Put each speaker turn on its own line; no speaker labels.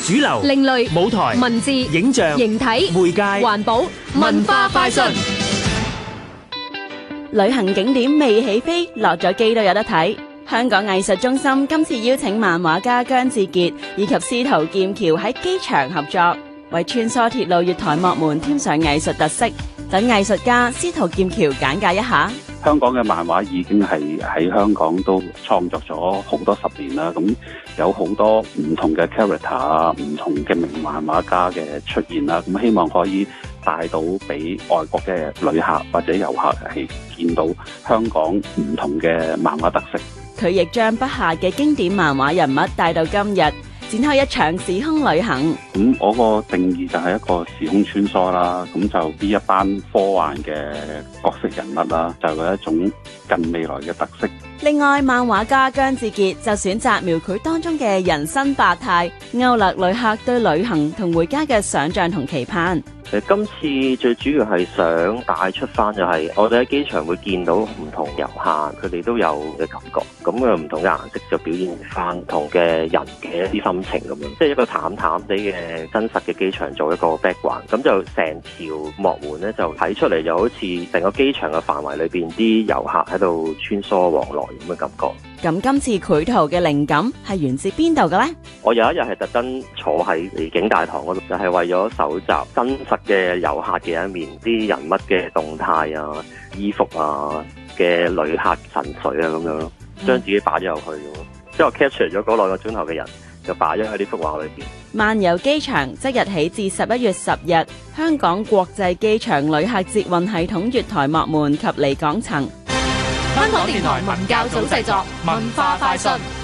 主流、
另類
舞台、
文字、
影像、
形體、
媒介、
環保、文化快訊。
旅行景點未起飛，落咗機都有得睇。香港藝術中心今次邀請漫畫家姜志傑以及司徒劍橋喺機場合作，為穿梭鐵路月台幕門添上藝術特色。等藝術家司徒劍橋簡介一下。
香港嘅漫畫已經係喺香港都創作咗好多十年啦，咁有好多唔同嘅 character 啊，唔同嘅名漫畫家嘅出現啦，咁希望可以帶到俾外國嘅旅客或者遊客係見到香港唔同嘅漫畫特色。
佢亦將筆下嘅經典漫畫人物帶到今日，展開一場時空旅行。
咁我個定義就係一個時空穿梭啦，咁就呢一班科幻嘅角色人物啦，就有一種近未來嘅特色。
另外，漫畫家姜志傑就選擇描繪當中嘅人生百態，勾勒旅客對旅行同回家嘅想像同期盼。
今次最主要係想帶出翻就係我哋喺機場會見到唔同遊客，佢哋都有嘅感覺，咁唔同嘅顏色就表現翻唔同嘅人嘅一啲心情咁樣，即係一個淡淡地嘅真實嘅機場做一個 background，咁就成條幕門咧就睇出嚟就好似成個機場嘅範圍裏邊啲遊客喺度穿梭往來咁嘅感覺。
咁今次繪圖嘅靈感係源自邊度嘅呢？
我有一日係特登坐喺離境大堂嗰度，就係為咗搜集真實嘅遊客嘅一面，啲人物嘅動態啊、衣服啊嘅旅客神髓啊咁樣咯，將自己擺咗入去咯。即係我 capture 咗嗰2個鐘頭嘅人，就擺咗喺呢幅畫裏邊。
漫遊機場即日起至11月10日，香港國際機場旅客捷運系統月台幕門及離港層。
香港電台文教組製作，文化快訊。